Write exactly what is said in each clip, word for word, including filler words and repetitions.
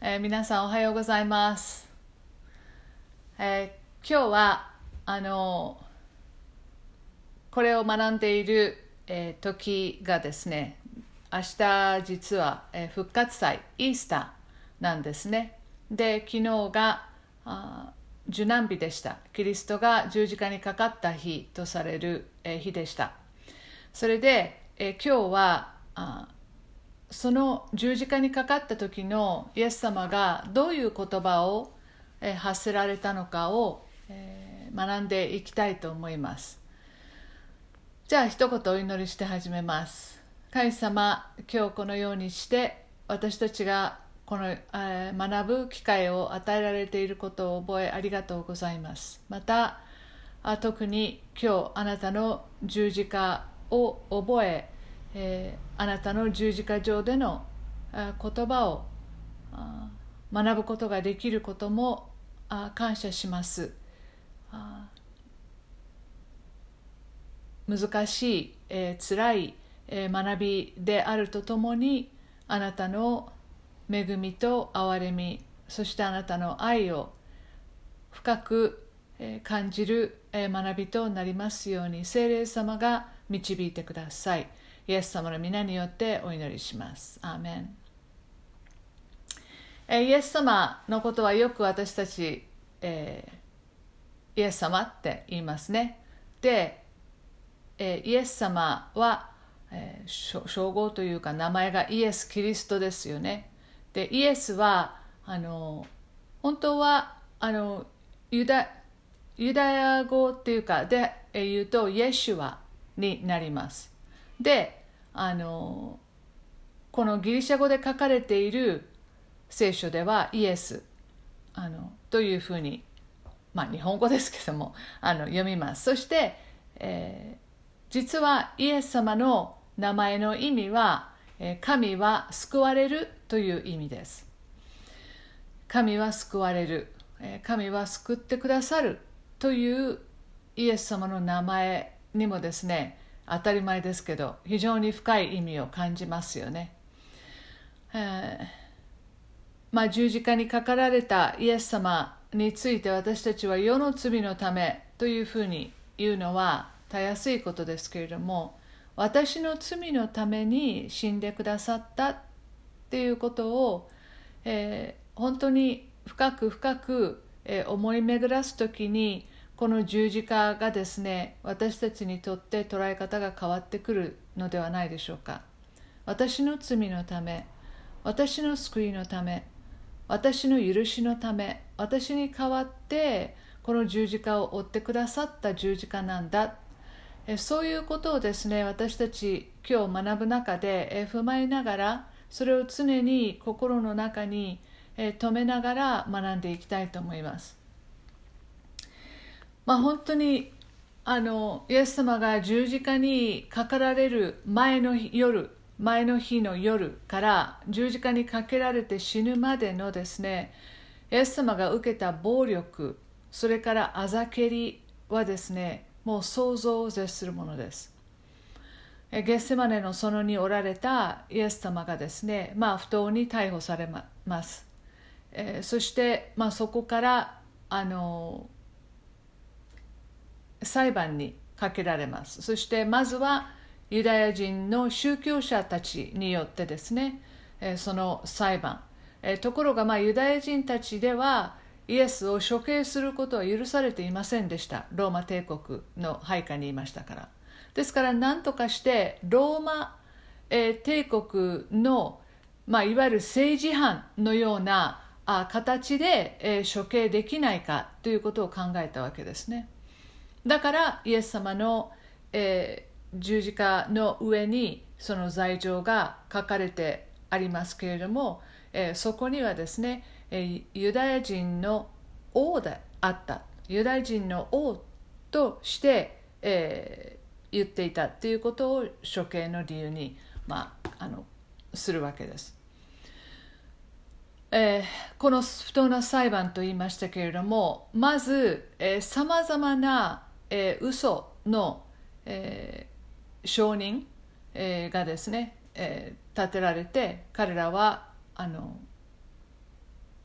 えー、皆さんおはようございます。えー、今日はあのこれを学んでいる、えー、時がですね、明日実は、えー、復活祭イースターなんですね。で、昨日があ受難日でした。キリストが十字架にかかった日とされる、えー、日でした。それで、えー、今日はあその十字架にかかった時のイエス様がどういう言葉を発せられたのかを学んでいきたいと思います。じゃあ一言お祈りして始めます。神様、今日このようにして私たちがこの学ぶ機会を与えられていることを覚えありがとうございます。また特に今日あなたの十字架を覚ええー、あなたの十字架上での言葉を学ぶことができることも感謝します。難しい、えー、辛い、えー、学びであるとともにあなたの恵みと憐れみ、そしてあなたの愛を深く、えー、感じる、えー、学びとなりますように聖霊様が導いてください。イエス様の皆によってお祈りします。アーメン。えー、イエス様のことはよく私たち、えー、イエス様って言いますね。で、えー、イエス様は、えー、称号というか名前がイエス・キリストですよね。で、イエスはあの本当はあのユダ、ユダヤ語っていうかで言うとイエシュアになります。で、あのこのギリシャ語で書かれている聖書ではイエスあのというふうに、まあ日本語ですけどもあの読みます。そして、えー、実はイエス様の名前の意味は、えー、神は救われるという意味です。神は救われる、えー、神は救ってくださるというイエス様の名前にもですね、当たり前ですけど非常に深い意味を感じますよね。えーまあ、十字架にかかられたイエス様について私たちは世の罪のためというふうに言うのはたやすいことですけれども、私の罪のために死んでくださったっていうことを、えー、本当に深く深く、えー、思い巡らすときにこの十字架がですね、私たちにとって捉え方が変わってくるのではないでしょうか。私の罪のため、私の救いのため、私の許しのため、私に代わってこの十字架を追ってくださった十字架なんだ。そういうことをですね、私たち今日学ぶ中で踏まえながら、それを常に心の中に留めながら学んでいきたいと思います。まあ、本当にあのイエス様が十字架にかかられる前の夜前の日の夜から十字架にかけられて死ぬまでのですね、イエス様が受けた暴力、それからあざけりはですね、もう想像を絶するものです。ゲッセマネの園におられたイエス様がですね、まあ、不当に逮捕されます。えー、そして、まあ、そこからあの裁判にかけられます。そしてまずはユダヤ人の宗教者たちによってですね、その裁判、ところがまあユダヤ人たちではイエスを処刑することは許されていませんでした。ローマ帝国の配下にいましたから。ですから何とかしてローマ帝国の、まあ、いわゆる政治犯のような形で処刑できないかということを考えたわけですね。だからイエス様の、えー、十字架の上にその罪状が書かれてありますけれども、えー、そこにはですね、えー、ユダヤ人の王であったユダヤ人の王として、えー、言っていたということを処刑の理由に、まあ、あのするわけです。えー、この不当な裁判と言いましたけれども、まずさまざまなえー、嘘の、えー、証人、えー、がですね、えー、立てられて、彼らはあの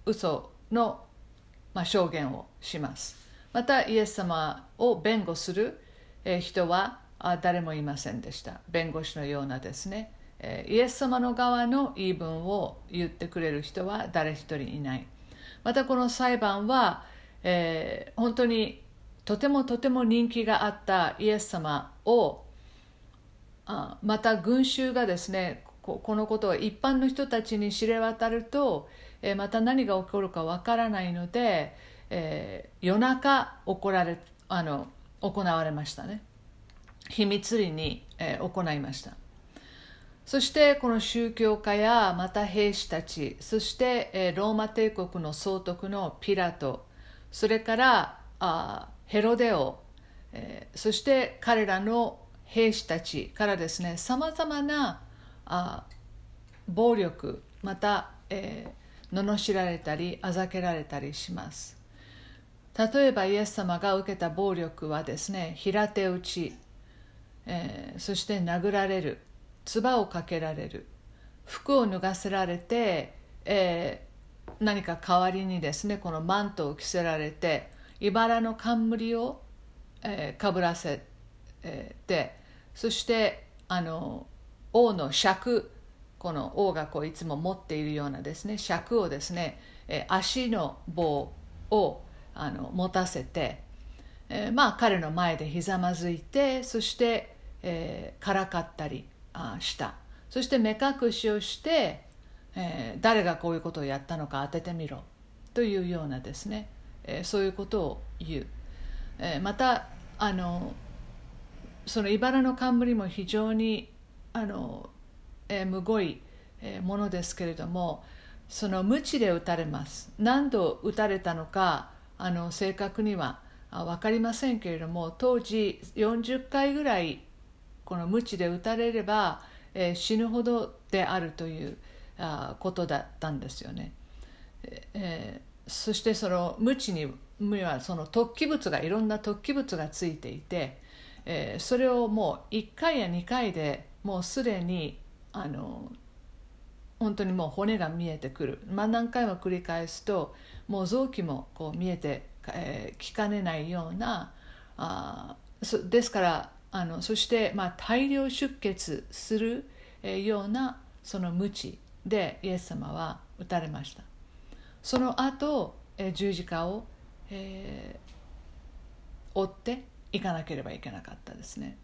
嘘の、まあ、証言をします。またイエス様を弁護する人は誰もいませんでした。弁護士のようなですね、イエス様の側の言い分を言ってくれる人は誰一人いない。またこの裁判は、えー、本当にとてもとても人気があったイエス様をあまた群衆がですね、こ, このことを一般の人たちに知れ渡ると、えー、また何が起こるかわからないので、えー、夜中行られあの行われましたね。秘密裏に、えー、行いました。そしてこの宗教家やまた兵士たち、そして、えー、ローマ帝国の総督のピラト、それからあヘロデオ、えー、そして彼らの兵士たちからですね、さまざまなあ暴力、また、えー、罵られたりあざけられたりします。例えばイエス様が受けた暴力はですね、平手打ち、えー、そして殴られる、唾をかけられる、服を脱がせられて、えー、何か代わりにですね、このマントを着せられて、茨の冠を、えー、かぶらせて、そしてあの王の尺、この王がこういつも持っているようなですね、尺をですね、えー、足の棒をあの持たせて、えー、まあ彼の前でひざまずいて、そして、えー、からかったりした。そして目隠しをして、えー、誰がこういうことをやったのか当ててみろというようなですね、えー、そういうことを言う。えー、またあのその茨の冠も非常にあの、えー、むごい、えー、ものですけれども、その鞭で打たれます。何度打たれたのかあの正確には分かりませんけれども、当時よんじゅっかいぐらいこの鞭で打たれれば、えー、死ぬほどであるというあことだったんですよね。えー、そしてその鞭にはその突起物がいろんな突起物がついていて、えー、それをもういっかいやにかいでもうすでにあの本当にもう骨が見えてくる、まあ、何回も繰り返すともう臓器もこう見えて、えー、きかねないようなあですからあのそして、まあ、大量出血するようなその鞭でイエス様は打たれました。その後十字架を、えー、追っていかなければいけなかったですね。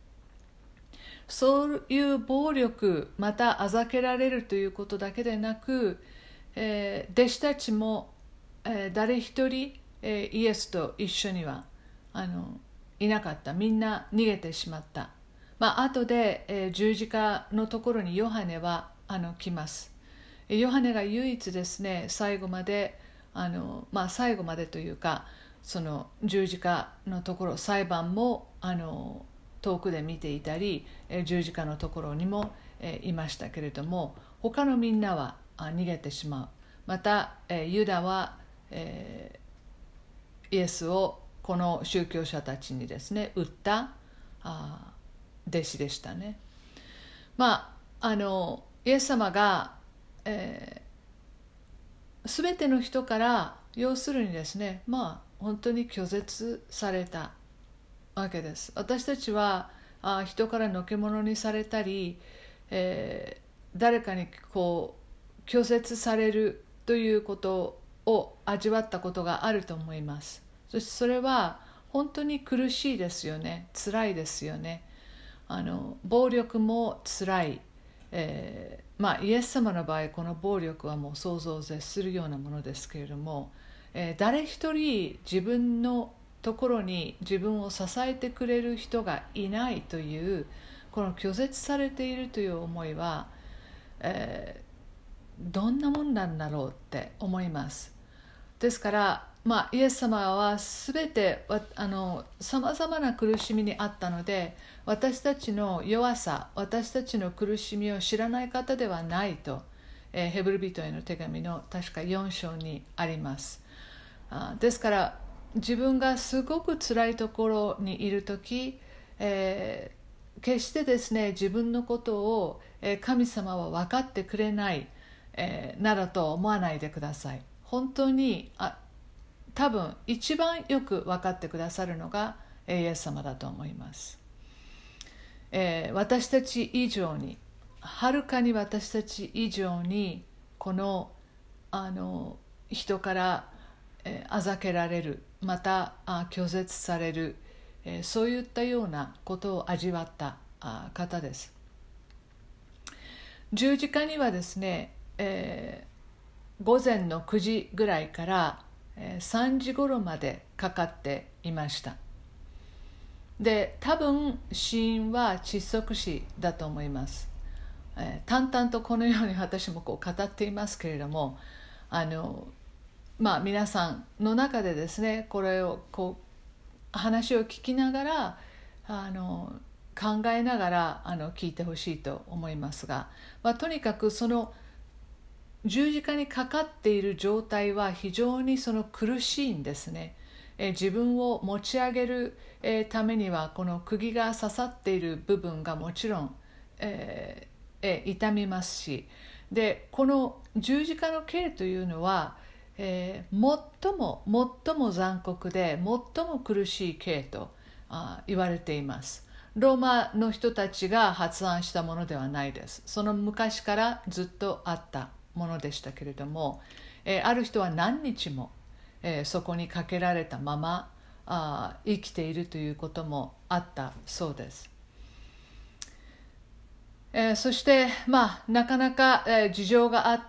そういう暴力、またあざけられるということだけでなく、えー、弟子たちも、えー、誰一人、えー、イエスと一緒にはあのいなかった。みんな逃げてしまった。まあ後で、えー、十字架のところにヨハネはあの来ます。ヨハネが唯一ですね、最後まであの、まあ、最後までというかその十字架のところ、裁判もあの遠くで見ていたり、十字架のところにもいましたけれども、他のみんなは逃げてしまう。またユダはえイエスをこの宗教者たちにですね売ったあ弟子でしたね。まああのイエス様が、えー、全ての人から要するにですね、まあ本当に拒絶されたわけです。私たちはあ人からのけ者にされたり、えー、誰かにこう拒絶されるということを味わったことがあると思います。そしてそれは本当に苦しいですよね。辛いですよね。あの暴力も辛い、えー、まあイエス様の場合この暴力はもう想像を絶するようなものですけれども、えー、誰一人自分のところに自分を支えてくれる人がいないというこの拒絶されているという思いは、えー、どんなもんなんだろうって思います。ですから、まあ、イエス様は全てさまざまな苦しみにあったので、私たちの弱さ、私たちの苦しみを知らない方ではないと、えー、ヘブル人への手紙の確かよん章にあります。あですから自分がすごく辛いところにいるとき、えー、決してですね自分のことを、えー、神様は分かってくれない、えー、などと思わないでください。 本当にあ多分一番よく分かってくださるのがイエス様だと思います。えー、私たち以上に、はるかに私たち以上にこの、あの人から、えー、あざけられる、またあ拒絶される、えー、そういったようなことを味わったあ方です。十字架にはですね、えー、午前のくじぐらいからさんじ頃までかかっていました。で、多分死因は窒息死だと思います。えー、淡々とこのように私もこう語っていますけれども、あのまあ皆さんの中でですね、これをこう話を聞きながらあの考えながらあの聞いてほしいと思いますが、まあ、とにかくその十字架にかかっている状態は非常にその苦しいんですね。え自分を持ち上げる、えー、ためにはこの釘が刺さっている部分がもちろん、えーえー、痛みますし、でこの十字架の刑というのは、えー、最も最も残酷で最も苦しい刑とあ言われています。ローマの人たちが発案したものではないです。その昔からずっとあったものでしたけれども、えー、ある人は何日も、えー、そこにかけられたままあ生きているということもあったそうです。えー、そして、まあ、なかなか、えー、事情があって、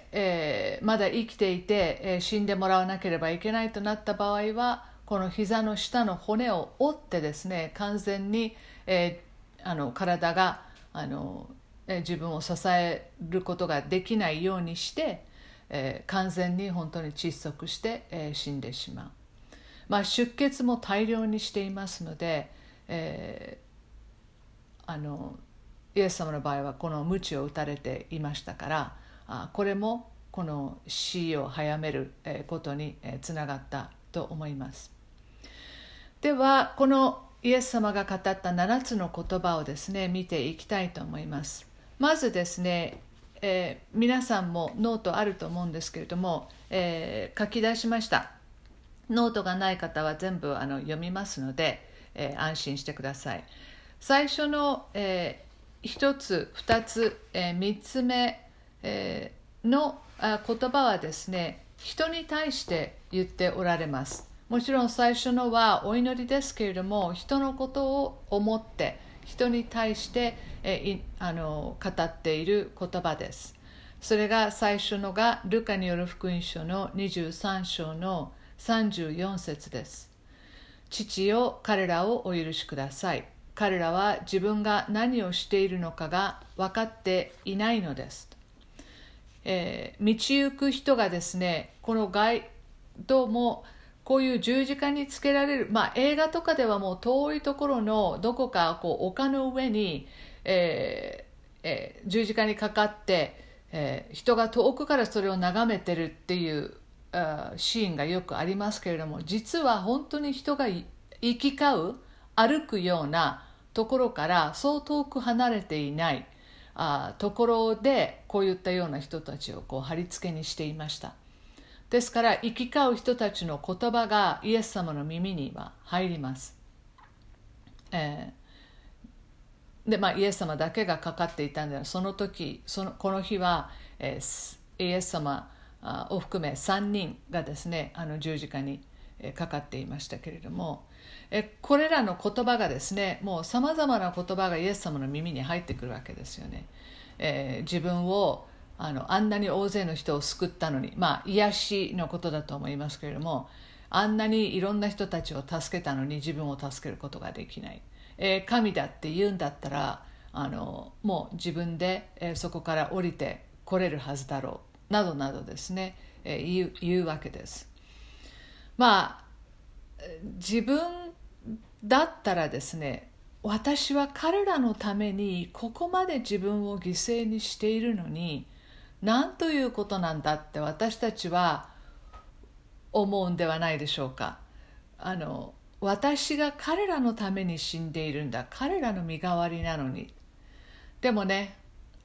えー、まだ生きていて、えー、死んでもらわなければいけないとなった場合は、この膝の下の骨を折ってですね、完全に、えー、あの体があの自分を支えることができないようにして、えー、完全に本当に窒息して、えー、死んでしまう。まあ、出血も大量にしていますので、えー、あのイエス様の場合はこの鞭を打たれていましたから、あこれもこの死を早めることにつながったと思います。ではこのイエス様が語ったななつの言葉をですね見ていきたいと思います。まずですね、えー、皆さんもノートあると思うんですけれども、えー、書き出しました。ノートがない方は全部あの読みますので、えー、安心してください。最初の、えー、ひとつふたつ、えー、みっつめ、えー、の言葉はですね、人に対して言っておられます。もちろん最初のはお祈りですけれども、人のことを思って人に対して、えあの語っている言葉です。それが最初のがルカによる福音書のにじゅうさん章のさんじゅうよん節です。父よ、彼らをお許しください。彼らは自分が何をしているのかが分かっていないのです。えー、道行く人がですね、このガイドもこういう十字架につけられる、まあ、映画とかではもう遠いところのどこかこう丘の上に、えーえー、十字架にかかって、えー、人が遠くからそれを眺めてるっていうあシーンがよくありますけれども、実は本当に人が行き交う歩くようなところからそう遠く離れていないあところでこういったような人たちをこう貼り付けにしていました。ですから行き交う人たちの言葉がイエス様の耳には入ります。えー、でまあイエス様だけがかかっていたんで、その時そのこの日は、えー、イエス様を含めさんにんがですねあの十字架にかかっていましたけれども、えこれらの言葉がですねもうさまざまな言葉がイエス様の耳に入ってくるわけですよね。えー、自分をあのあんなに大勢の人を救ったのに、まあ癒しのことだと思いますけれども、あんなにいろんな人たちを助けたのに自分を助けることができない、えー、神だって言うんだったらあのもう自分で、えー、そこから降りて来れるはずだろうなどなどですね、えー、言う、言うわけです。まあ自分だったらですね、私は彼らのためにここまで自分を犠牲にしているのに何ということなんだって私たちは思うんではないでしょうか。あの私が彼らのために死んでいるんだ、彼らの身代わりなのに。でもね、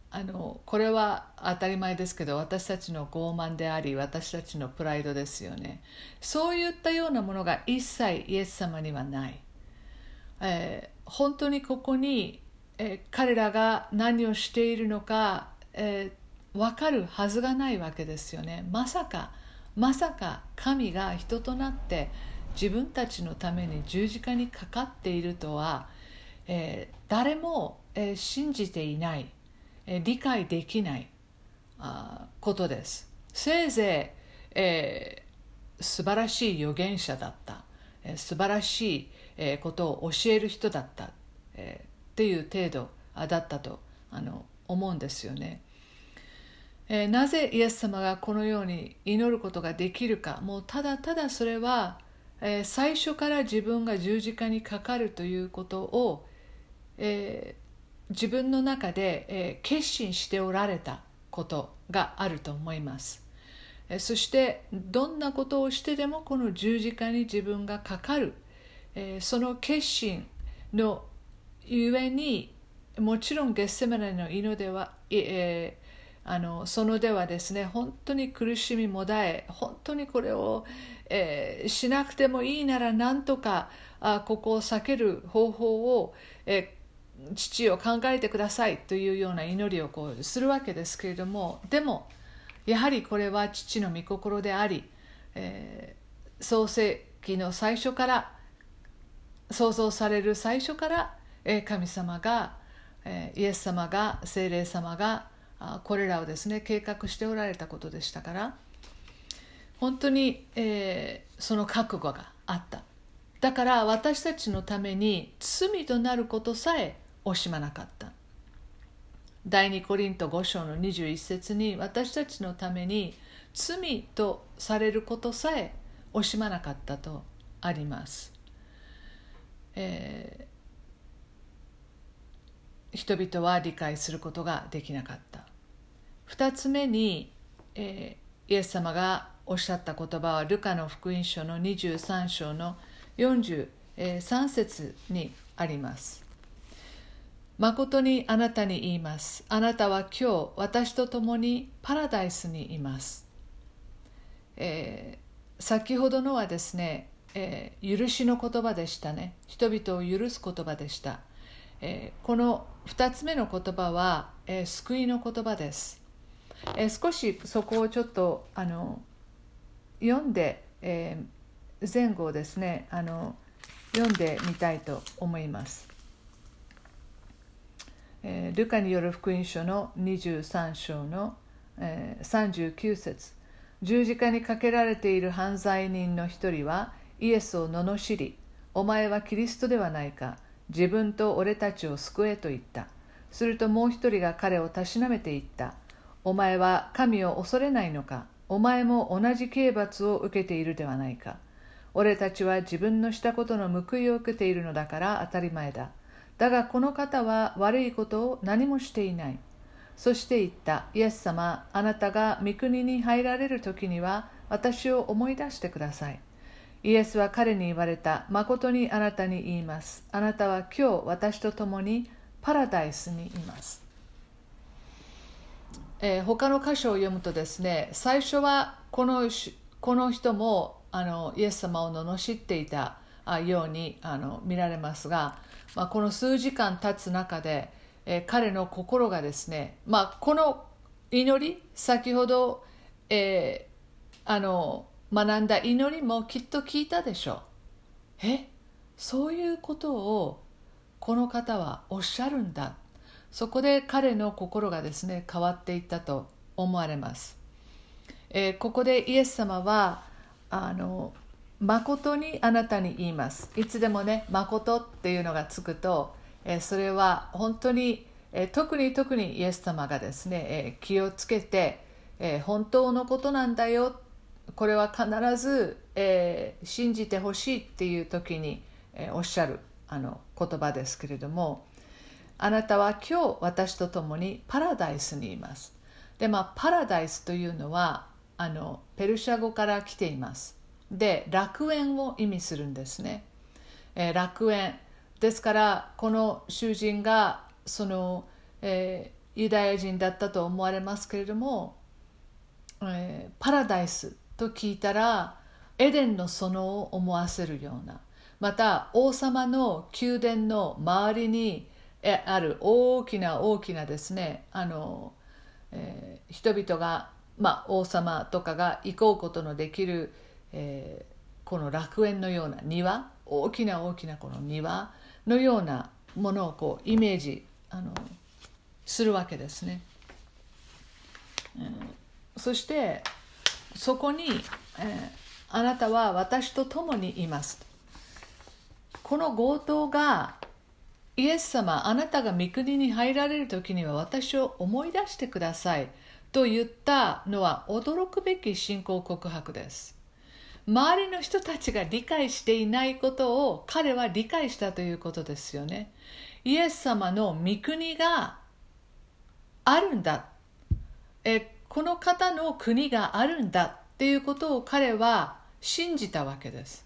あのこれは当たり前ですけど、私たちの傲慢であり、私たちのプライドですよね。そういったようなものが一切イエス様にはない。えー、本当にここに、えー、彼らが何をしているのか、えー、分かるはずがないわけですよね。まさかまさか神が人となって自分たちのために十字架にかかっているとは、えー、誰も、えー、信じていない、えー、理解できないあことです。せいぜい、えー、素晴らしい預言者だった、えー、素晴らしい、えー、ことを教える人だった、えー、っていう程度だったとあの思うんですよね。えー、なぜイエス様がこのように祈ることができるか、もうただただそれは、えー、最初から自分が十字架にかかるということを、えー、自分の中で、えー、決心しておられたことがあると思います。えー、そしてどんなことをしてでもこの十字架に自分がかかる、えー、その決心のゆえに、もちろんゲッセマネの祈りでは、えーあのそのではですね、本当に苦しみもだえ、本当にこれを、えー、しなくてもいいならなんとかあここを避ける方法を、えー、父を考えてくださいというような祈りをこうするわけですけれども、でもやはりこれは父の御心であり、えー、創世記の最初から創造される最初から、えー、神様が、えー、イエス様が聖霊様がこれらをですね計画しておられたことでしたから、本当に、えー、その覚悟があった。だから私たちのために罪となることさえ惜しまなかった。第二コリントご章のにじゅういっ節に、私たちのために罪とされることさえ惜しまなかったとあります。えー人々は理解することができなかった。二つ目に、えー、イエス様がおっしゃった言葉はルカの福音書のにじゅうさん章のよんじゅうさん節にあります。誠にあなたに言います。あなたは今日私と共にパラダイスにいます。えー、先ほどのはですね、えー、許しの言葉でしたね。人々を許す言葉でした。えー、このふたつめの言葉は、えー、救いの言葉です。えー、少しそこをちょっとあの読んで、えー、前後をですねあの読んでみたいと思います。えー、ルカによる福音書のにじゅうさん章の、えー、さんじゅうきゅう節、十字架にかけられている犯罪人の一人はイエスを罵り、お前はキリストではないか、自分と俺たちを救えと言った。するともう一人が彼をたしなめて言った。お前は神を恐れないのか。お前も同じ刑罰を受けているではないか。俺たちは自分のしたことの報いを受けているのだから当たり前だ。だがこの方は悪いことを何もしていない。そして言った。イエス様、あなたが御国に入られる時には私を思い出してください。イエスは彼に言われた。誠にあなたに言います。あなたは今日私と共にパラダイスにいます。えー、他の箇所を読むとですね、最初はこの、この人もあのイエス様を罵っていたようにあの見られますが、まあ、この数時間経つ中で、えー、彼の心がですね、まあ、この祈り、先ほど、えー、あの学んだ祈りもきっと聞いたでしょう。え、そういうことをこの方はおっしゃるんだ。そこで彼の心がですね変わっていったと思われます。えー、ここでイエス様はあの誠にあなたに言います。いつでもね誠っていうのがつくと、えー、それは本当に、えー、特に特にイエス様がですね、えー、気をつけて、えー、本当のことなんだよ、これは必ず、えー、信じてほしいっていう時に、えー、おっしゃるあの言葉ですけれども、あなたは今日私と共にパラダイスにいます。で、まあ、パラダイスというのはあのペルシャ語から来ています。で、楽園を意味するんですね。えー、楽園ですから、この囚人がその、えユダヤ人だったと思われますけれども、えー、パラダイスと聞いたらエデンの園を思わせるような、また王様の宮殿の周りにある大きな大きなですね、あの、えー、人々が、まあ、王様とかが行こうことのできる、えー、この楽園のような庭、大きな大きなこの庭のようなものをこうイメージあのするわけですね。うん、そしてそこに、えー、あなたは私と共にいます。この強盗がイエス様、あなたが御国に入られる時には私を思い出してくださいと言ったのは驚くべき信仰告白です。周りの人たちが理解していないことを彼は理解したということですよね。イエス様の御国があるんだ、えこの方の国があるんだっていうことを彼は信じたわけです。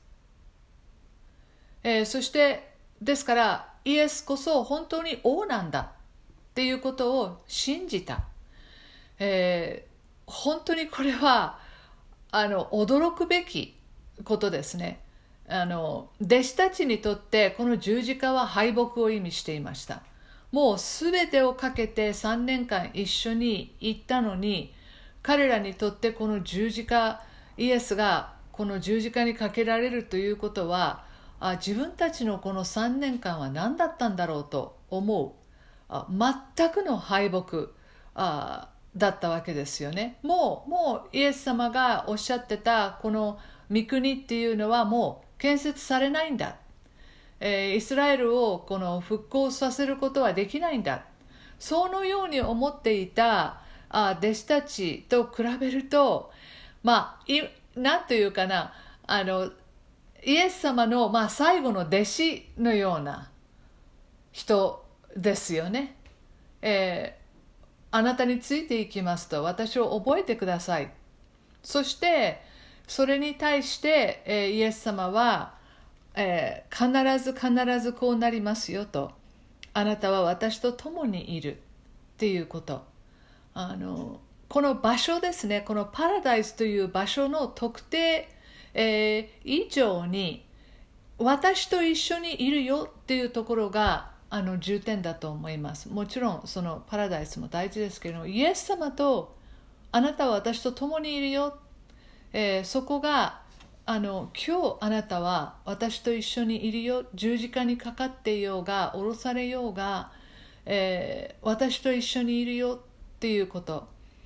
えー、そしてですからイエスこそ本当に王なんだっていうことを信じた。えー、本当にこれはあの驚くべきことですね。あの弟子たちにとってこの十字架は敗北を意味していました。もうすべてをかけてさんねんかん一緒に行ったのに、彼らにとってこの十字架、イエスがこの十字架にかけられるということは、あ自分たちのこのさんねんかんは何だったんだろうと思う、あ全くの敗北あだったわけですよね。もうもうイエス様がおっしゃってたこの御国っていうのはもう建設されないんだ、えー、イスラエルをこの復興させることはできないんだ、そのように思っていたあ弟子たちと比べると、まあいなんというかな、あのイエス様の、まあ、最後の弟子のような人ですよね。えー、あなたについていきますと私を覚えてください。そしてそれに対して、えー、イエス様は、えー、必ず必ずこうなりますよと、あなたは私と共にいるっていうこと、あのこの場所ですね、このパラダイスという場所の特定えー、以上に私と一緒にいるよっていうところがあの重点だと思います。もちろんそのパラダイスも大事ですけれども、イエス様とあなたは私と共にいるよ、えー、そこがあの今日あなたは私と一緒にいるよ、十字架にかかっていようが降ろされようが、えー、私と一緒にいるよっていうこと、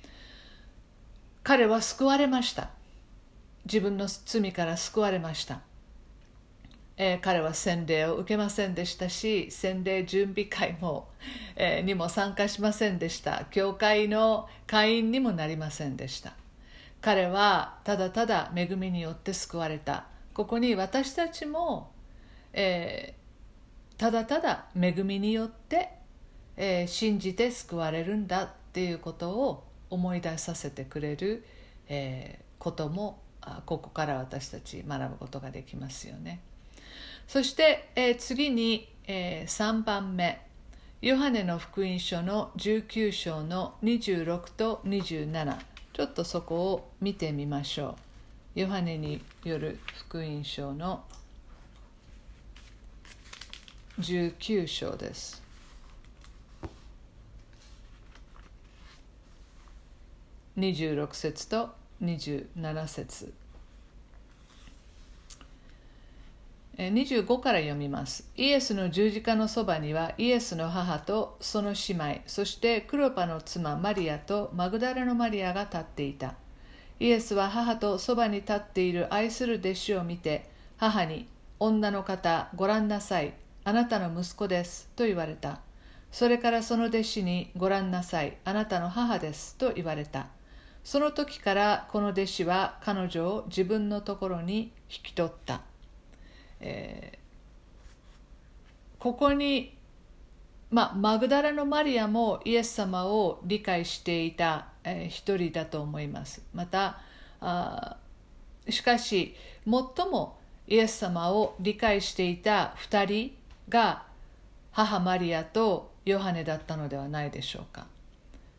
彼は救われました。自分の罪から救われました。えー、彼は洗礼を受けませんでしたし、洗礼準備会も、えー、にも参加しませんでした。教会の会員にもなりませんでした。彼はただただ恵みによって救われた。ここに私たちも、えー、ただただ恵みによって、えー、信じて救われるんだっていうことを思い出させてくれる、えー、こともここから私たち学ぶことができますよね。そして、えー、次に、えー、さんばんめ、ヨハネの福音書のじゅうきゅう章のにじゅうろくとにじゅうなな、ちょっとそこを見てみましょう。ヨハネによる福音書のじゅうきゅう章です。にじゅうろく節とにじゅうなな節、にじゅうごから読みます。イエスの十字架のそばにはイエスの母とその姉妹、そしてクロパの妻マリアとマグダラのマリアが立っていた。イエスは母とそばに立っている愛する弟子を見て、母に、女の方、ご覧なさい、あなたの息子ですと言われた。それからその弟子に、ご覧なさい、あなたの母ですと言われた。その時からこの弟子は彼女を自分のところに引き取った。えー、ここに、まあ、マグダラのマリアもイエス様を理解していた、えー、一人だと思います。またあしかし最もイエス様を理解していた二人が母マリアとヨハネだったのではないでしょうか。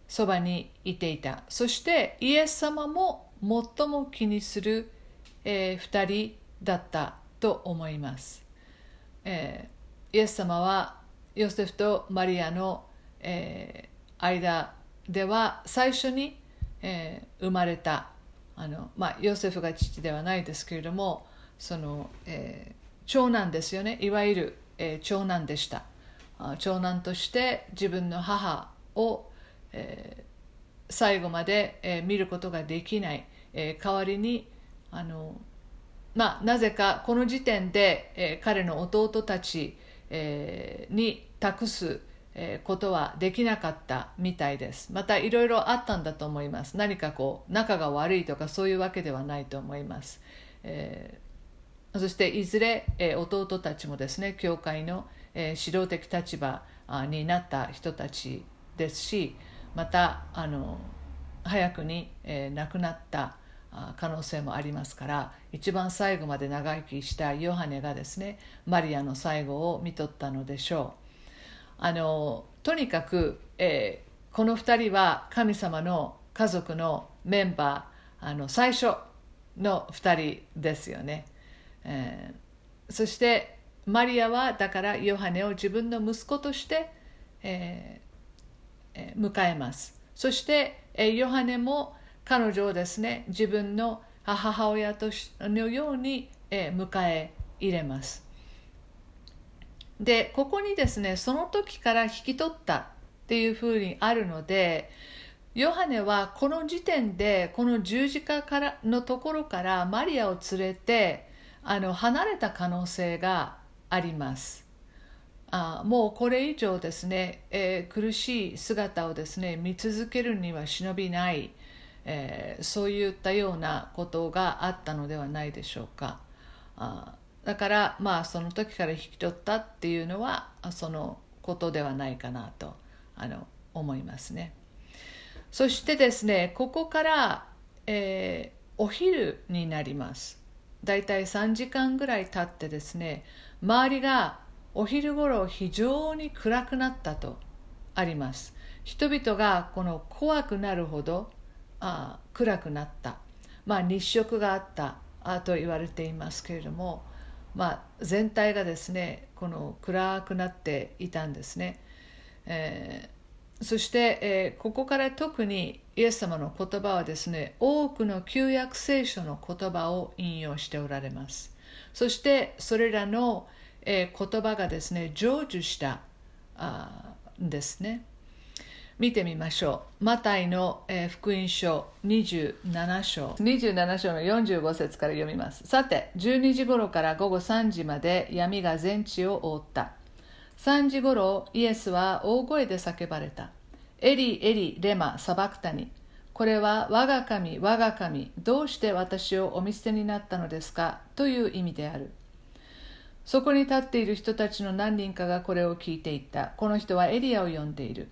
そばにいていた。そしてイエス様も最も気にする、えー、ふたりだったと思います。えー、イエス様はヨセフとマリアの、えー、間では最初に、えー、生まれたあの、まあ、ヨセフが父ではないですけれども、その、えー、長男ですよね。いわゆる、えー、長男でした。長男として自分の母を、えー、最後まで、えー、見ることができない、えー、代わりにあの、まあ、なぜかこの時点で、えー、彼の弟たち、えー、に託すことはできなかったみたいです。またいろいろあったんだと思います。何かこう仲が悪いとかそういうわけではないと思います。えー、そしていずれ、えー、弟たちもですね、教会の、えー、指導的立場になった人たちですし、またあの早くに、えー、亡くなった可能性もありますから、一番最後まで長生きしたヨハネがですね、マリアの最後を見とったのでしょう。あのとにかく、えー、このふたりは神様の家族のメンバー、あの最初のふたりですよね。えー、そしてマリアはだからヨハネを自分の息子として、えーえー、迎えます。そして、えー、ヨハネも彼女をですね、自分の母親とのように、えー、迎え入れます。で、ここにですね、その時から引き取ったっていうふうにあるので、ヨハネはこの時点でこの十字架からのところからマリアを連れてあの離れた可能性があります。あもうこれ以上ですね、えー、苦しい姿をですね見続けるには忍びない、えー、そういったようなことがあったのではないでしょうか。あだからまあその時から引き取ったっていうのはそのことではないかなとあの思いますね。そしてですね、ここから、えー、お昼になります。だいたいさんじかんぐらい経ってですね、周りがお昼ごろ非常に暗くなったとあります。人々がこの怖くなるほどあ暗くなった、まあ、日食があったあと言われていますけれども、まあ、全体がですねこの暗くなっていたんですね。えー、そして、えー、ここから特にイエス様の言葉はですね、多くの旧約聖書の言葉を引用しておられます。そしてそれらの、えー、言葉がですね成就したあんですね。見てみましょう。マタイの、えー、福音書にじゅうなな章にじゅうなな章のよんじゅうご節から読みます。さて、じゅうにじ頃から午後さんじまで闇が全地を覆った。さんじ頃イエスは大声で叫ばれた。エリエリレマサバクタニ。これは我が神我が神、どうして私をお見捨てになったのですかという意味である。そこに立っている人たちの何人かがこれを聞いていった。この人はエリアを呼んでいる。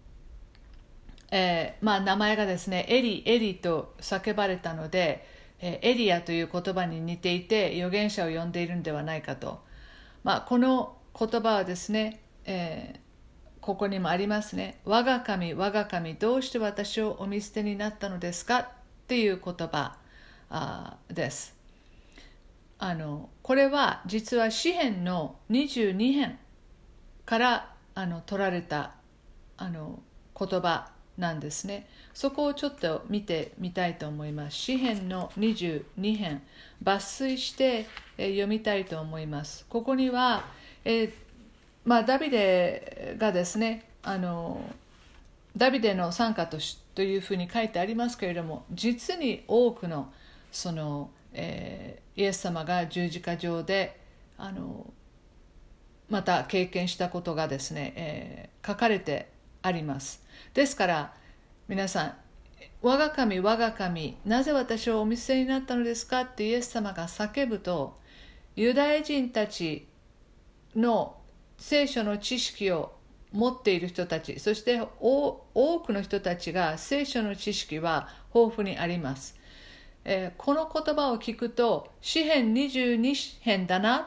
えーまあ、名前がですねエリエリと叫ばれたので、えー、エリアという言葉に似ていて預言者を呼んでいるのではないかと、まあ、この言葉はですね、えー、ここにもありますね。我が神我が神、どうして私をお見捨てになったのですかっていう言葉あです。あのこれは実は詩編のにじゅうに編からあの取られたあの言葉なんですね。そこをちょっと見てみたいと思います。詩編のにじゅうに編、抜粋して、えー、読みたいと思います。ここには、えーまあ、ダビデがですね、あのダビデの賛歌としというふうに書いてありますけれども、実に多くのその、えー、イエス様が十字架上であのまた経験したことがですね、えー、書かれてあります。ですから皆さん、我が神我が神、なぜ私をお見捨てになったのですかってイエス様が叫ぶと、ユダヤ人たちの聖書の知識を持っている人たち、そして多くの人たちが聖書の知識は豊富にあります。えー、この言葉を聞くと詩編にじゅうに編だなって、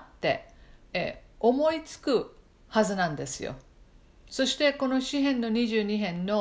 えー、思いつくはずなんですよ。そしてこの詩編のにじゅうに編の、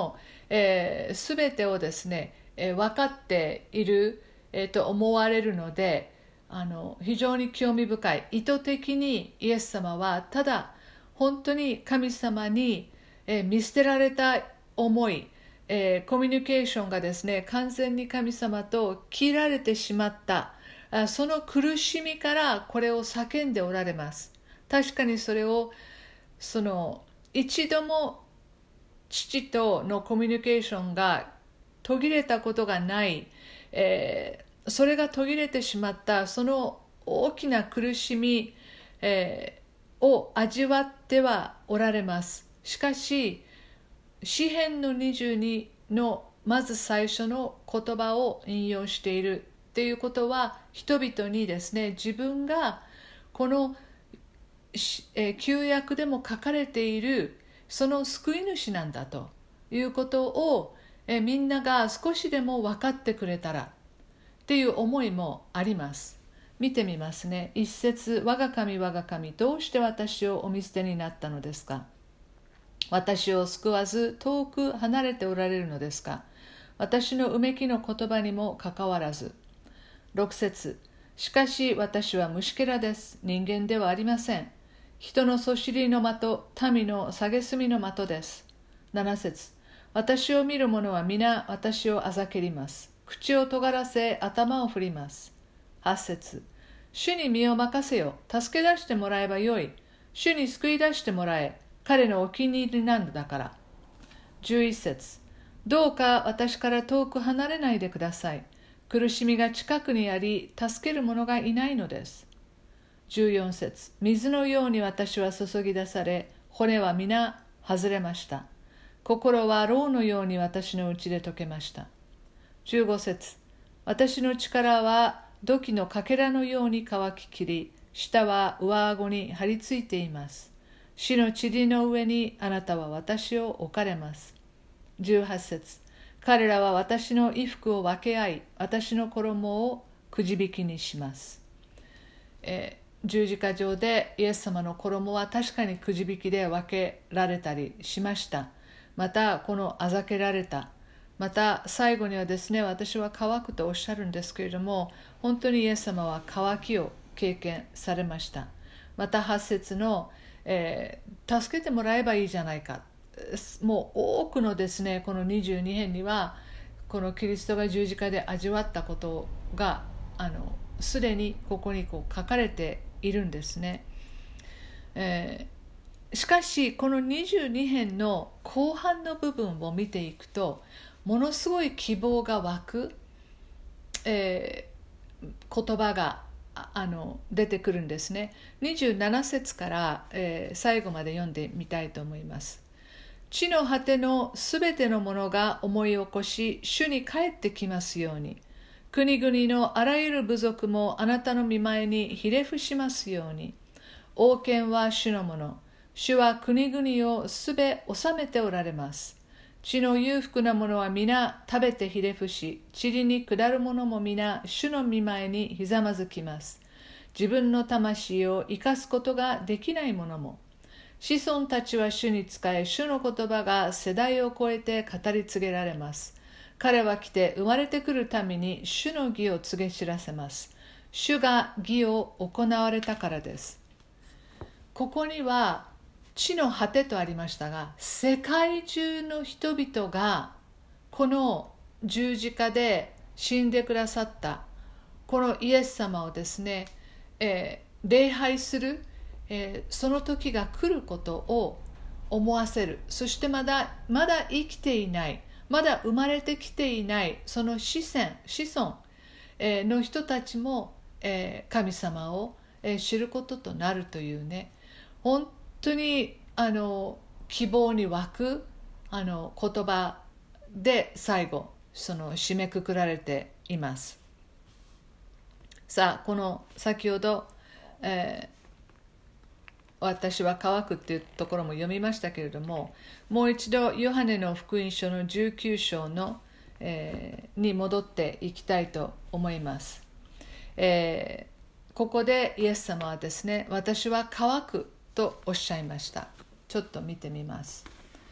えー、全てをですね、えー、分かっている、えー、と思われるので、あの非常に興味深い。意図的にイエス様はただ本当に神様に、えー、見捨てられた思い、えー、コミュニケーションがですね、完全に神様と切られてしまった、あその苦しみからこれを叫んでおられます。確かにそれをその一度も父とのコミュニケーションが途切れたことがない、えーそれが途切れてしまったその大きな苦しみ、えー、を味わってはおられます。しかし詩編のにじゅうにのまず最初の言葉を引用しているっていうことは、人々にですね、自分がこの、えー、旧約でも書かれているその救い主なんだということを、えー、みんなが少しでも分かってくれたらっていう思いもあります。見てみますね。一節、我が神我が神、どうして私をお見捨てになったのですか。私を救わず遠く離れておられるのですか。私のうめきの言葉にもかかわらず。六節、しかし私は虫けらです。人間ではありません。人のそしりの的、民の蔑みの的です。七節、私を見る者は皆私をあざけります。口を尖らせ頭を振ります。八節、主に身を任せよ。助け出してもらえばよい。主に救い出してもらえ。彼のお気に入りなのだから。十一節、どうか私から遠く離れないでください。苦しみが近くにあり、助ける者がいないのです。十四節、水のように私は注ぎ出され、骨は皆外れました。心は蝋のように私のうちで溶けました。十五節、私の力は土器のかけらのように乾ききり、舌は上顎に張り付いています。死の塵の上にあなたは私を置かれます。十八節、彼らは私の衣服を分け合い、私の衣をくじ引きにします。えー、十字架上でイエス様の衣は確かにくじ引きで分けられたりしました。またこのあざけられた、また最後にはですね、私は乾くとおっしゃるんですけれども、本当にイエス様は乾きを経験されました。またはち節の、えー、助けてもらえばいいじゃないか。もう多くのですね、このにじゅうに編にはこのキリストが十字架で味わったことがあのすでにここにこう書かれているんですね。えー、しかしこのにじゅうに編の後半の部分を見ていくと、ものすごい希望が湧く、えー、言葉があの出てくるんですね。にじゅうなな節から、えー、最後まで読んでみたいと思います。地の果てのすべてのものが思い起こし、主に帰ってきますように。国々のあらゆる部族もあなたの御前にひれ伏しますように。王権は主のもの。主は国々をすべ治めておられます。地の裕福なものは皆食べてひれ伏し、塵に下る者も皆主の御前にひざまずきます。自分の魂を生かすことができない者も。子孫たちは主に仕え、主の言葉が世代を超えて語り継げられます。彼は来て生まれてくる民に主の義を告げ知らせます。主が義を行われたからです。ここには地の果てとありましたが、世界中の人々がこの十字架で死んでくださったこのイエス様をですね、えー、礼拝する、えー、その時が来ることを思わせる。そしてまだまだ生きていない、まだ生まれてきていないその子孫、子孫、えー、の人たちも、えー、神様を、えー、知ることとなるというね、本当にあの希望に湧くあの言葉で最後その締めくくられています。さあ、この先ほど、えー、私は乾くっていうところも読みましたけれども、もう一度ヨハネの福音書のじゅうきゅう章の、えー、に戻っていきたいと思います。えー、ここでイエス様はですね、私は乾くとおっしゃいました。ちょっと見てみます。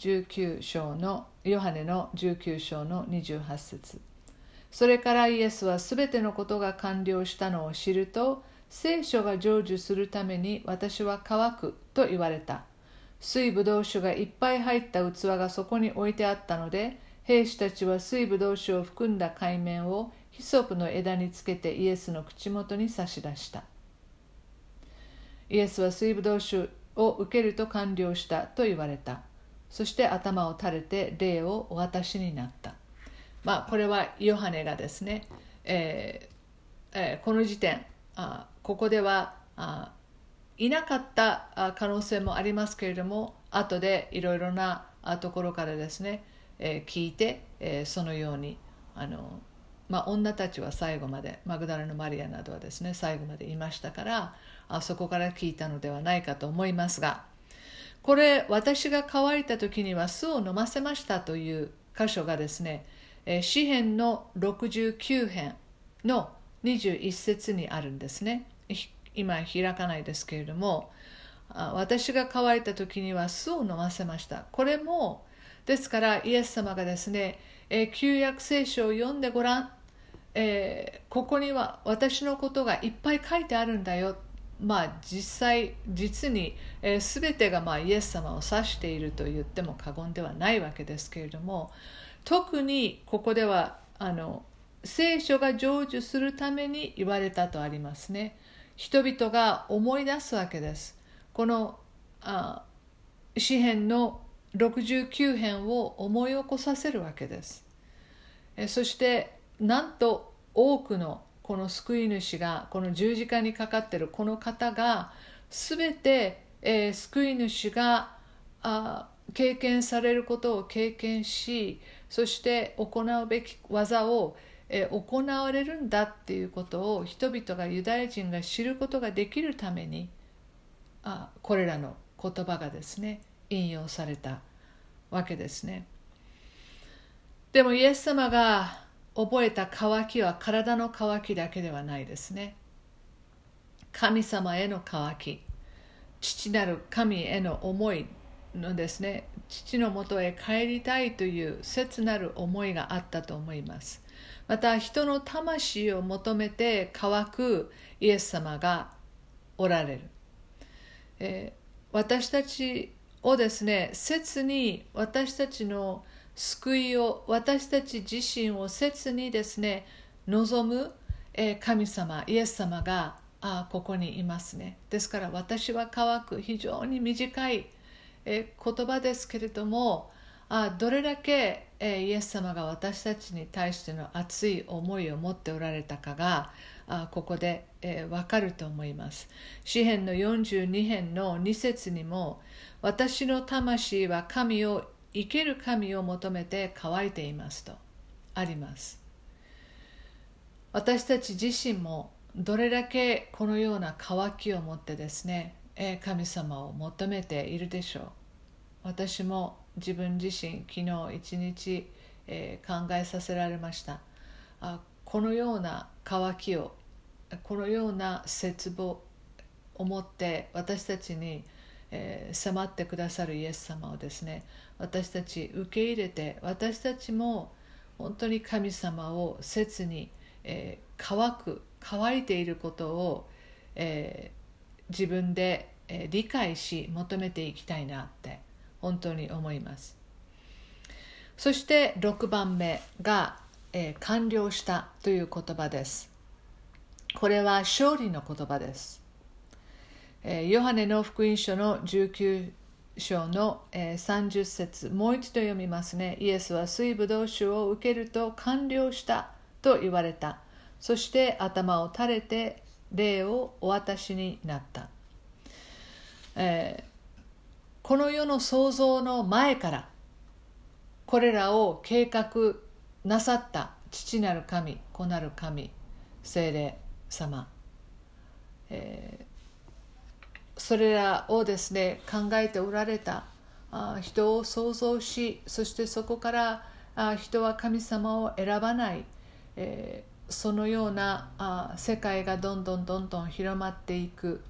じゅうきゅう章のヨハネのじゅうきゅう章のにじゅうはち節。それからイエスはすべてのことが完了したのを知ると、聖書が成就するために私は乾くと言われた。水ぶどう酒がいっぱい入った器がそこに置いてあったので、兵士たちは水ぶどう酒を含んだ海綿をヒソプの枝につけてイエスの口元に差し出した。イエスは水ぶどう酒を受けると完了したと言われた。そして頭を垂れて霊をお渡しになった。まあ、これはヨハネがですね、えーえー、この時点あここではあいなかった可能性もありますけれども、後でいろいろなところからですね、えー、聞いて、えー、そのようにあの、まあ、女たちは最後まで、マグダラのマリアなどはですね最後までいましたから、あそこから聞いたのではないかと思いますが、これ私が乾いた時には酢を飲ませましたという箇所がですね、詩編のろくじゅうきゅう編のにじゅういち節にあるんですね。今開かないですけれども、私が乾いた時には酢を飲ませました。これもですからイエス様がですね、旧約聖書を読んでごらん、えー、ここには私のことがいっぱい書いてあるんだよ。まあ実際実に、えー、全てがまあイエス様を指していると言っても過言ではないわけですけれども、特にここではあの聖書が成就するために言われたとありますね。人々が思い出すわけです。このあ詩編のろくじゅうきゅう編を思い起こさせるわけです。えそしてなんと多くのこの救い主が、この十字架にかかっているこの方が全て、えー、救い主があ経験されることを経験し、そして行うべき技を、えー、行われるんだっていうことを人々が、ユダヤ人が知ることができるために、あこれらの言葉がですね引用されたわけですね。でもイエス様が覚えた渇きは体の渇きだけではないですね。神様への渇き、父なる神への思いのですね、父のもとへ帰りたいという切なる思いがあったと思います。また人の魂を求めて渇くイエス様がおられる、えー、私たちをですね、切に私たちの救いを、私たち自身を切にですね望む、えー、神様イエス様があここにいますね。ですから私は渇く、非常に短い、えー、言葉ですけれども、あどれだけ、えー、イエス様が私たちに対しての熱い思いを持っておられたかがあここで、えー、分かると思います。詩編のよんじゅうに編のに節にも、私の魂は神を生ける神を求めて乾いていますとあります。私たち自身もどれだけこのような渇きを持ってですね、神様を求めているでしょう。私も自分自身昨日一日、えー、考えさせられました。あこのような渇きを、このような切望を持って私たちにえー、迫ってくださるイエス様をですね、私たち受け入れて、私たちも本当に神様を切に、えー、乾く乾いていることを、えー、自分で、えー、理解し求めていきたいなって本当に思います。そしてろくばんめが、えー、完了したという言葉です。これは勝利の言葉です。ヨハネの福音書のじゅうきゅう章のさんじゅっ節、もう一度読みますね。イエスは水ぶどう酒を受けると完了したと言われた。そして頭を垂れて霊をお渡しになった。えー、この世の創造の前からこれらを計画なさった父なる神、子なる神、聖霊様、えーそれらをですね考えておられたあ人を創造し、そしてそこからあ人は神様を選ばない、えー、そのようなあ世界がどんどんどんどん広まっていく、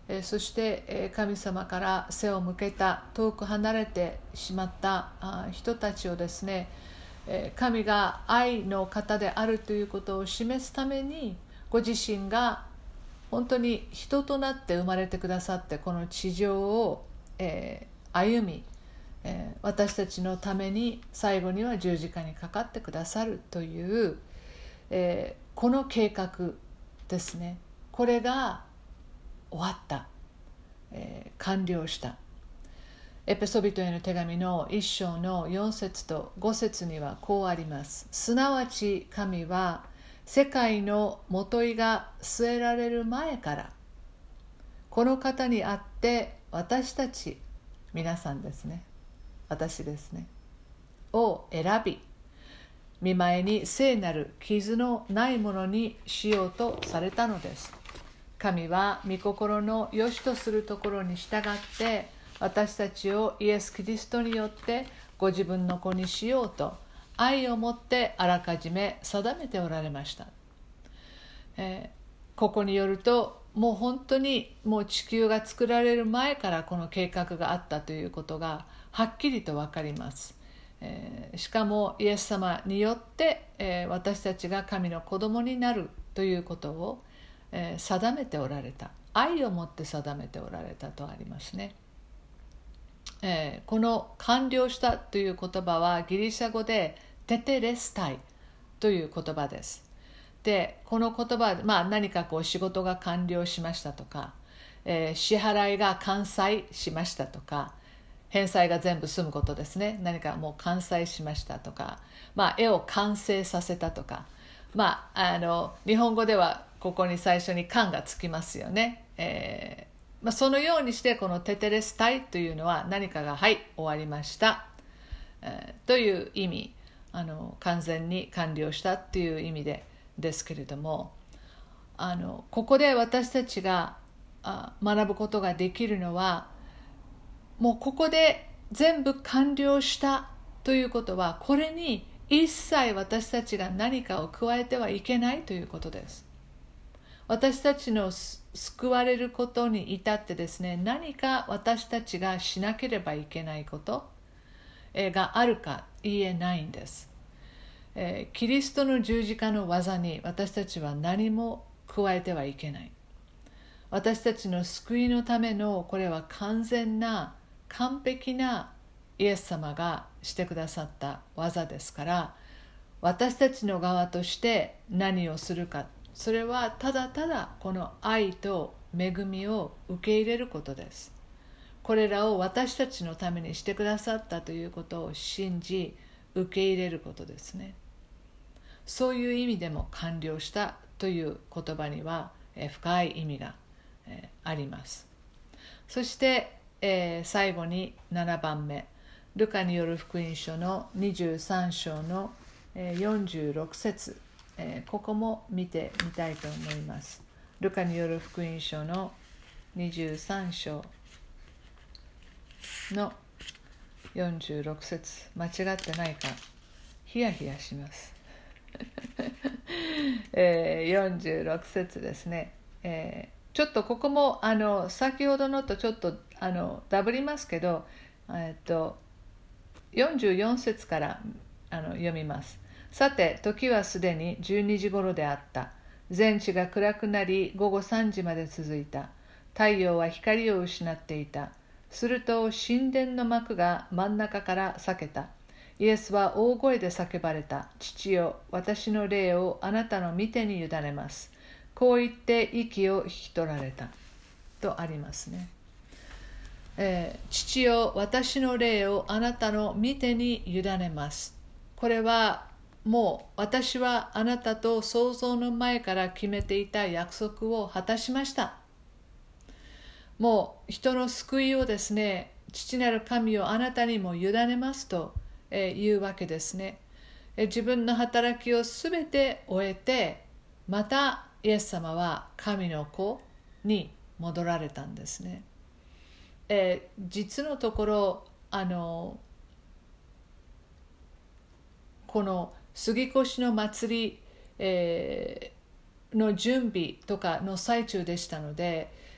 えー、そして、えー、神様から背を向けた遠く離れてしまったあ人たちをですね、えー、神が愛の方であるということを示すためにご自身が本当に人となって生まれてくださって、この地上を、えー、歩み、えー、私たちのために最後には十字架にかかってくださるという、えー、この計画ですね。これが終わった、えー、完了した。エペソビトへの手紙の一章のよん節とご節にはこうあります。すなわち神は世界のもといが据えられる前からこの方にあって私たち皆さんですね、私ですねを選び、見舞いに聖なる傷のないものにしようとされたのです。神は御心の良しとするところに従って私たちをイエス・キリストによってご自分の子にしようと愛をもってあらかじめ定めておられました。えー、ここによるともう本当にもう地球が作られる前からこの計画があったということがはっきりと分かります。えー、しかもイエス様によって、えー、私たちが神の子供になるということを、えー、定めておられた、愛をもって定めておられたとありますね。えー、この完了したという言葉はギリシャ語でテテレスタイという言葉です。でこの言葉、まあ、何かこう仕事が完了しましたとか、えー、支払いが完済しましたとか、返済が全部済むことですね。何かもう完済しましたとか、まあ、絵を完成させたとか、まあ、あの日本語ではここに最初に完がつきますよね。えーまあ、そのようにしてこのテテレスタイというのは何かがはい終わりました、えー、という意味、あの完全に完了したという意味でですけれども、あのここで私たちがあ学ぶことができるのは、もうここで全部完了したということは、これに一切私たちが何かを加えてはいけないということです。私たちの救われることに至ってですね、何か私たちがしなければいけないことがあるか言えないんです。キリストの十字架の技に私たちは何も加えてはいけない。私たちの救いのためのこれは完全な完璧なイエス様がしてくださった技ですから、私たちの側として何をするか、それはただただこの愛と恵みを受け入れることです。これらを私たちのためにしてくださったということを信じ受け入れることですね。そういう意味でも完了したという言葉には深い意味があります。そして、えー、最後にななばんめ、ルカによる福音書のにじゅうさん章のよんじゅうろく節、えー、ここも見てみたいと思います。ルカによる福音書のにじゅうさん章のよんじゅうろく節、間違ってないかヒヤヒヤします、えー、よんじゅうろく節ですね。えー、ちょっとここもあの先ほどのとちょっとあのダブりますけど、えっとよんじゅうよん節からあの読みます。さて時はすでにじゅうにじ頃であった。全地が暗くなり午後さんじまで続いた。太陽は光を失っていた。すると神殿の幕が真ん中から裂けた。イエスは大声で叫ばれた。父よ、私の霊をあなたの御手に委ねます。こう言って息を引き取られたとありますね。えー、父よ、私の霊をあなたの御手に委ねます。これはもう私はあなたと創造の前から決めていた約束を果たしました。もう人の救いをですね、父なる神をあなたにも委ねますというわけですね。自分の働きをすべて終えて、またイエス様は神の子に戻られたんですね。えー、実のところあのこの杉越の祭り、えー、の準備とかの最中でしたので、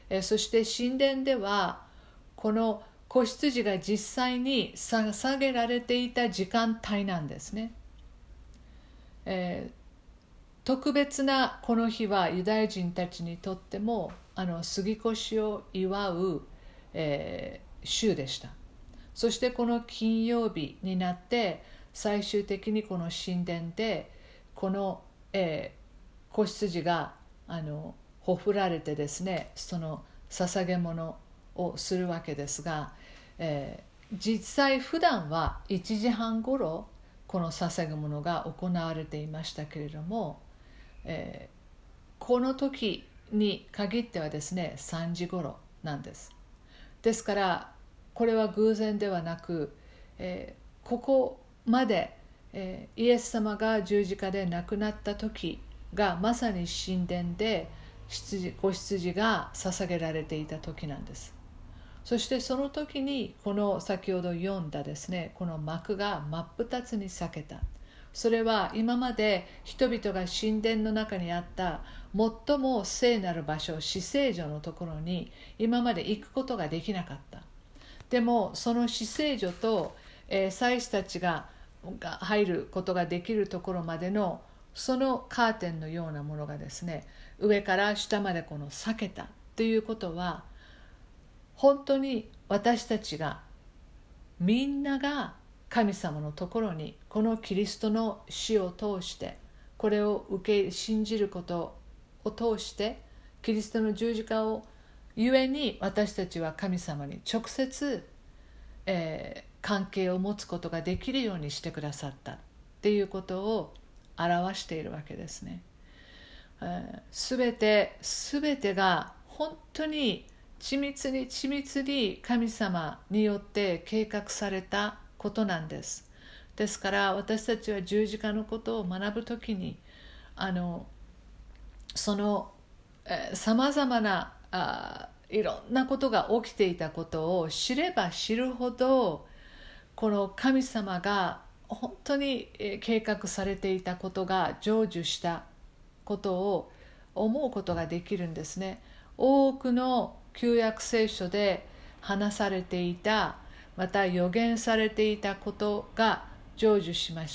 えそして神殿ではこの子羊が実際に捧げられていた時間帯なんですね。えー、特別なこの日はユダヤ人たちにとってもあの杉越を祝う、えー、週でした。そしてこの金曜日になって最終的にこの神殿でこの、えー、子羊があのほふられてですね、その捧げ物をするわけですが、えー、実際普段はいちじはんごろこの捧げ物が行われていましたけれども、えー、この時に限ってはですねさんじごろなんです。ですからこれは偶然ではなく、えー、ここまで、えー、イエス様が十字架で亡くなった時がまさに神殿で羊子羊が捧げられていた時なんです。そしてその時にこの先ほど読んだですね、この幕が真っ二つに裂けた。それは今まで人々が神殿の中にあった最も聖なる場所、至聖所のところに今まで行くことができなかった。でもその至聖所と、えー、祭司たちが入ることができるところまでのそのカーテンのようなものがですね、上から下までこの裂けたということは、本当に私たちがみんなが神様のところにこのキリストの死を通してこれを受け信じることを通してキリストの十字架をゆえに私たちは神様に直接、えー、関係を持つことができるようにしてくださったっていうことを表しているわけですね。すべてすべてが本当に緻密に緻密に神様によって計画されたことなんです。ですから私たちは十字架のことを学ぶときにあのそのさまざまなあいろんなことが起きていたことを知れば知るほどこの神様が本当に計画されていたことが成就したことを思うことができるんですね。多くの旧約聖書で話されていた、また予言されていたことが成就しました。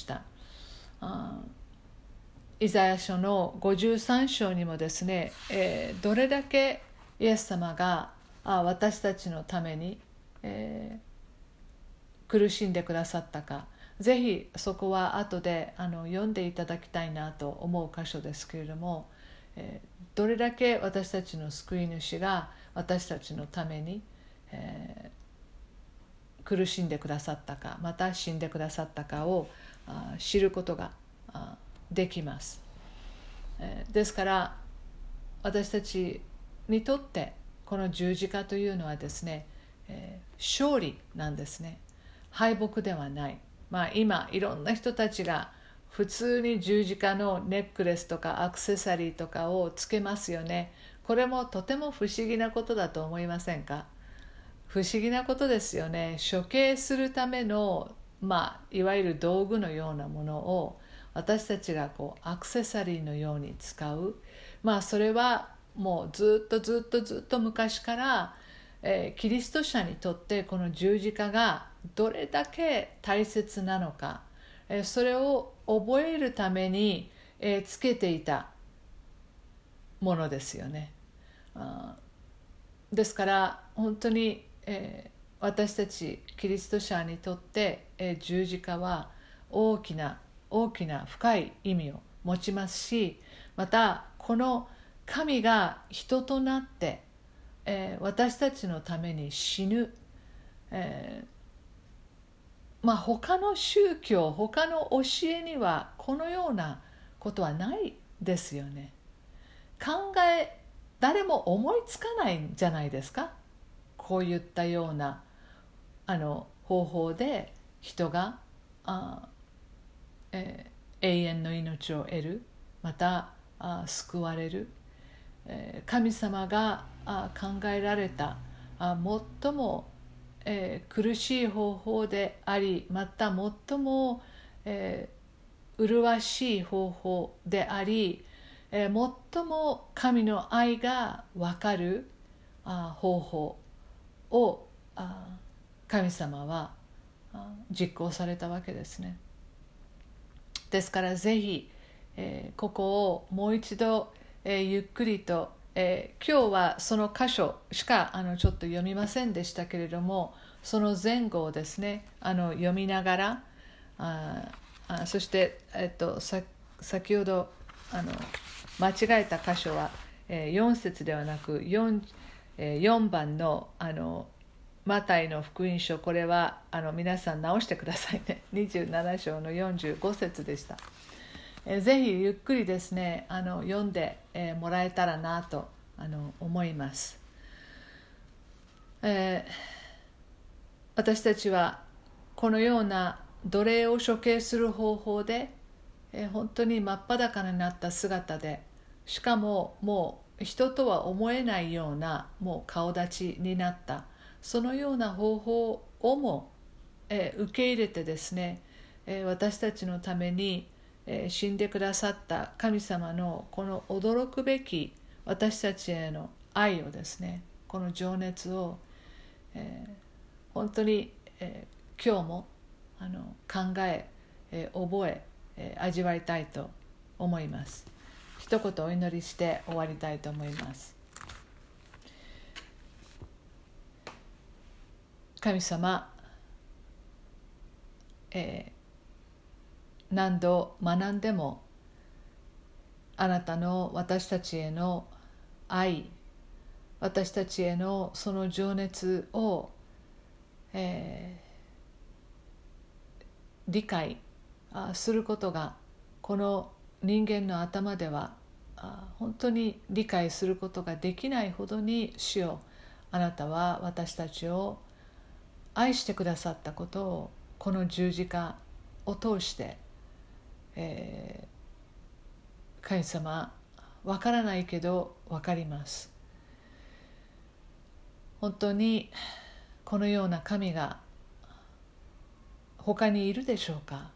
イザヤ書のごじゅうさん章にもですね、えー、どれだけイエス様があ私たちのために、えー、苦しんでくださったか、ぜひそこは後であの読んでいただきたいなと思う箇所ですけれども、えー、どれだけ私たちの救い主が私たちのために、えー、苦しんでくださったか、また死んでくださったかをあ知ることがあできます。えー、ですから私たちにとってこの十字架というのはですね、えー、勝利なんですね。敗北ではない。まあ、今いろんな人たちが普通に十字架のネックレスとかアクセサリーとかをつけますよね。これもとても不思議なことだと思いませんか？不思議なことですよね。処刑するための、まあ、いわゆる道具のようなものを私たちがこうアクセサリーのように使う、まあ、それはもうずっとずっとずっと昔から、えー、キリスト者にとってこの十字架がどれだけ大切なのか、えー、それを覚えるために、えー、つけていたものですよね。あですから本当に、えー、私たちキリスト者にとって、えー、十字架は大きな大きな深い意味を持ちますし、またこの神が人となって、えー、私たちのために死ぬ、えー、まあ他の宗教他の教えにはこのようなことはないですよね。考え誰も思いつかないんじゃないですか。こういったようなあの方法で人があ、えー、永遠の命を得る、またあ救われる、えー、神様があ考えられたあ最も、えー、苦しい方法であり、また最も、えー、麗しい方法であり、えー、最も神の愛が分かるあ方法をあ神様はあ実行されたわけですね。ですからぜひ、えー、ここをもう一度、えー、ゆっくりと、えー、今日はその箇所しかあのちょっと読みませんでしたけれども、その前後をですねあの読みながら、ああそして、えっと、さ先ほどあの間違えた箇所は、えー、よん節ではなく 4, えー、よんばんのあのマタイの福音書、これはあの皆さん直してくださいね。にじゅうなな章のよんじゅうご節でした。えー、ぜひゆっくりですねあの読んで、えー、もらえたらなとあの思います。えー、私たちはこのような奴隷を処刑する方法で、えー、本当に真っ裸になった姿で、しかももう人とは思えないようなもう顔立ちになった、そのような方法をも、えー、受け入れてですね、えー、私たちのために、えー、死んでくださった神様のこの驚くべき私たちへの愛をですね、この情熱を、えー、本当に、えー、今日もあの考え、えー、覚え、えー、味わいたいと思います。一言お祈りして終わりたいと思います。神様、えー、何度学んでもあなたの私たちへの愛、私たちへのその情熱を、えー、理解することがこの人間の頭では本当に理解することができないほどに、主よ、あなたは私たちを愛してくださったことをこの十字架を通して、えー、神様、わからないけどわかります。本当にこのような神が他にいるでしょうか。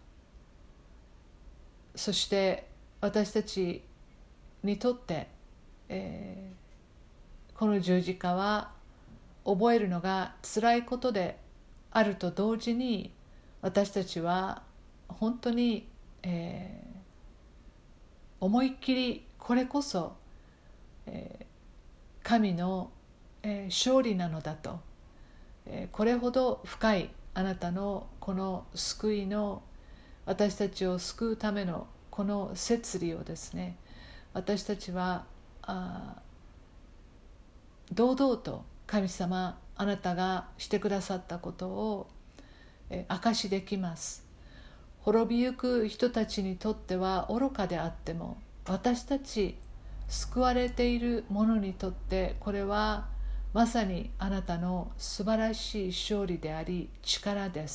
そして私たちにとって、えー、この十字架は覚えるのがつらいことであると同時に、私たちは本当に、えー、思いっきりこれこそ、えー、神の、えー、勝利なのだと、えー、これほど深いあなたのこの救いの、私たちを救うためのこの摂理をですね、私たちはあ堂々と神様、あなたがしてくださったことをえ証しできます。滅びゆく人たちにとっては愚かであっても、私たち救われている者にとってこれはまさにあなたの素晴らしい勝利であり力です。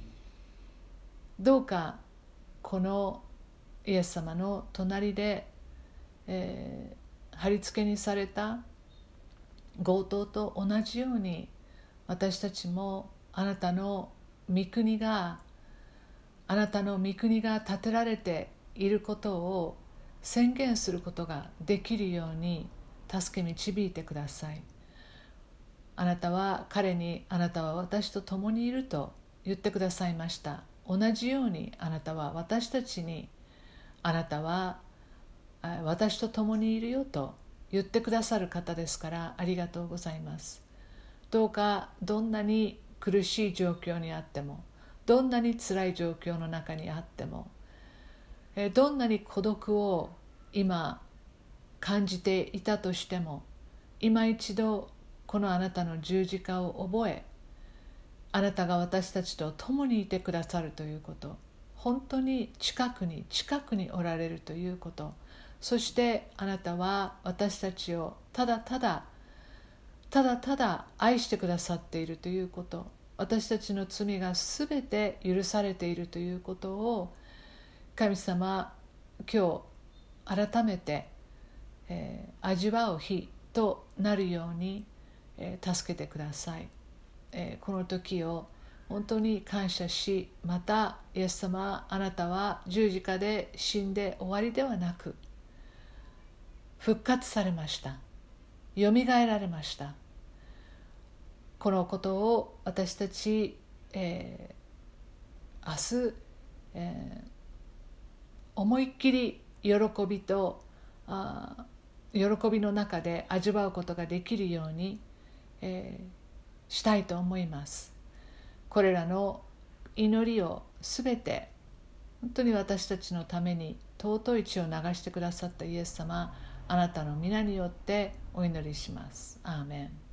どうかこのイエス様の隣で、えー、貼り付けにされた強盗と同じように、私たちもあなたの御国があなたの御国が建てられていることを宣言することができるように助け導いてください。あなたは彼に、あなたは私と共にいると言ってくださいました。同じようにあなたは私たちに、あなたは私と共にいるよと言ってくださる方ですから、ありがとうございます。どうかどんなに苦しい状況にあっても、どんなに辛い状況の中にあっても、どんなに孤独を今感じていたとしても、今一度このあなたの十字架を覚え、あなたが私たちと共にいてくださるということ、本当に近くに近くにおられるということ、そしてあなたは私たちをただただただただ愛してくださっているということ、私たちの罪がすべて許されているということを、神様、今日改めて、えー、味わう日となるように、えー、助けてください。えー、この時を本当に感謝し、またイエス様、あなたは十字架で死んで終わりではなく復活されました。 よみがえられました。このことを私たち、えー、明日、えー、思いっきり喜びとあ喜びの中で味わうことができるように、えー、したいと思います。これらの祈りをすべて本当に私たちのために尊い血を流してくださったイエス様、あなたの皆によってお祈りします。アーメン。